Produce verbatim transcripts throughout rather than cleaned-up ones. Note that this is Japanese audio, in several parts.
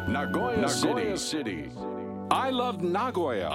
Nagoya City. I love Nagoya.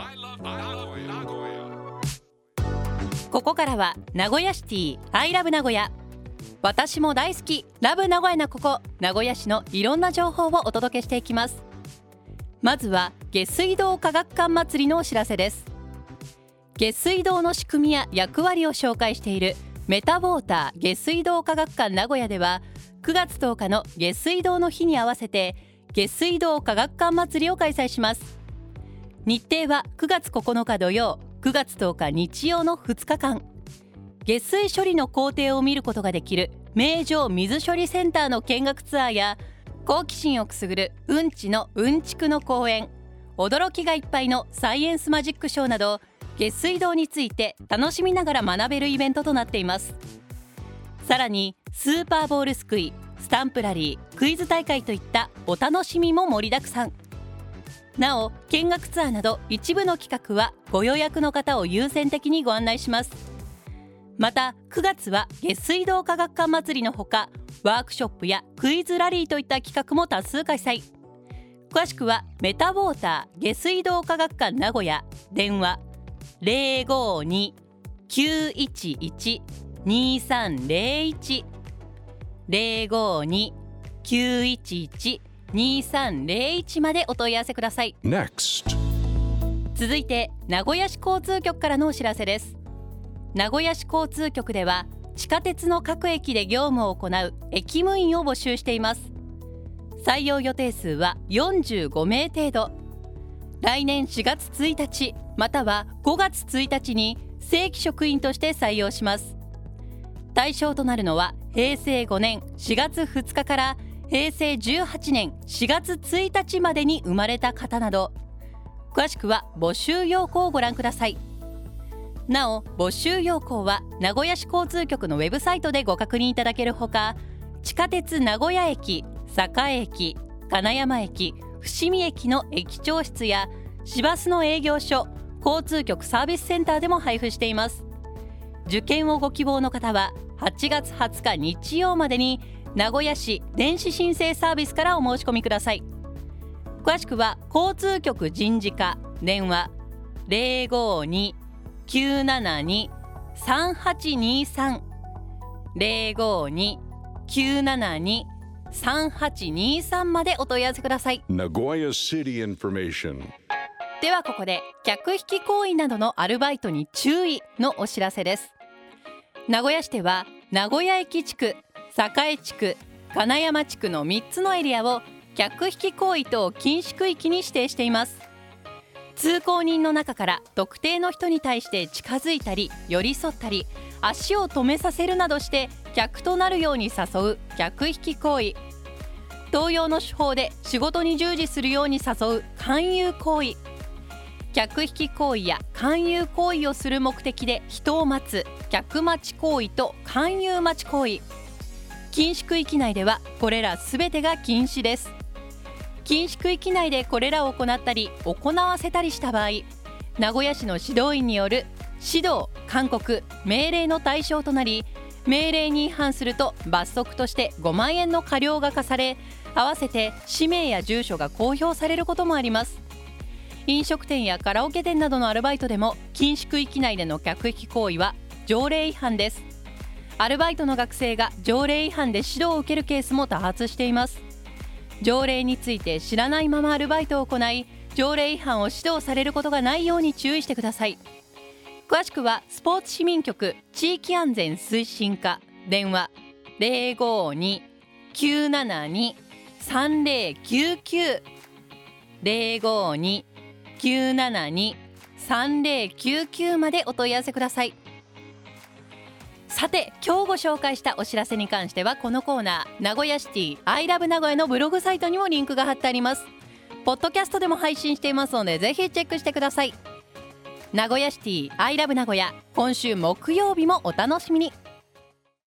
ここからは名古屋シティ I love 名古屋。私も大好きラブ名古屋なここ名古屋市のいろんな情報をお届けしていきます。まずは下水道科学館祭りのお知らせです。下水道の仕組みや役割を紹介しているメタウォーター下水道科学館名古屋ではくがつとおかの下水道の日に合わせて下水道科学館祭りを開催します。日程はくがつここのか土曜、くがつとおか日曜のふつかかん。下水処理の工程を見ることができる名城水処理センターの見学ツアーや好奇心をくすぐるうんちのうんちくの公園、驚きがいっぱいのサイエンスマジックショーなど下水道について楽しみながら学べるイベントとなっています。さらにスーパーボールすくい、スタンプラリー、クイズ大会といったお楽しみも盛りだくさん。なお見学ツアーなど一部の企画はご予約の方を優先的にご案内します。またくがつは下水道科学館祭りのほかワークショップやクイズラリーといった企画も多数開催。詳しくはメタウォーター下水道科学館名古屋電話 ゼロごに きゅういちいち にさんゼロいち ゼロごに きゅういちいち にさんゼロいち までお問い合わせください。 Next. 続いて名古屋市交通局からのお知らせです。名古屋市交通局では地下鉄の各駅で業務を行う駅務員を募集しています。採用予定数はよんじゅうごめい程度。来年しがつついたちまたはごがつついたちに正規職員として採用します。対象となるのはへいせいごねんしがつふつかからへいせいじゅうはちねんしがつついたちまでに生まれた方など。詳しくは募集要項をご覧ください。なお募集要項は名古屋市交通局のウェブサイトでご確認いただけるほか、地下鉄名古屋駅、栄駅、金山駅、伏見駅の駅長室や市バスの営業所、交通局サービスセンターでも配布しています。受験をご希望の方ははちがつはつか日曜までに名古屋市電子申請サービスからお申し込みください。詳しくは交通局人事課電話 ゼロごに きゅうななに さんはちにさん ゼロごに きゅうななに さんはちにさん までお問い合わせください。 Nagoya City Information. ではここで客引き行為などのアルバイトに注意のお知らせです。名古屋市では名古屋駅地区、栄地区、金山地区のみっつのエリアを客引き行為等禁止区域に指定しています。通行人の中から特定の人に対して近づいたり寄り添ったり足を止めさせるなどして客となるように誘う客引き行為、同様の手法で仕事に従事するように誘う勧誘行為、客引き行為や勧誘行為をする目的で人を待つ客待ち行為と勧誘待ち行為。禁止区域内ではこれらすべてが禁止です。禁止区域内でこれらを行ったり行わせたりした場合、名古屋市の指導員による指導、勧告、命令の対象となり、命令に違反すると罰則としてごまんえんの過料が課され、合わせて氏名や住所が公表されることもあります。飲食店やカラオケ店などのアルバイトでも禁止区域内での客引き行為は条例違反です。アルバイトの学生が条例違反で指導を受けるケースも多発しています。条例について知らないままアルバイトを行い、条例違反を指導されることがないように注意してください。詳しくはスポーツ市民局地域安全推進課電話 ゼロごに きゅうななに さんゼロきゅうきゅう ゼロごに きゅうななに さんゼロきゅうきゅうまでお問い合わせください。さて今日ご紹介したお知らせに関してはこのコーナー名古屋シティ I love 名古屋のブログサイトにもリンクが貼ってあります。ポッドキャストでも配信していますのでぜひチェックしてください。名古屋シティ I love 名古屋、今週木曜日もお楽しみに。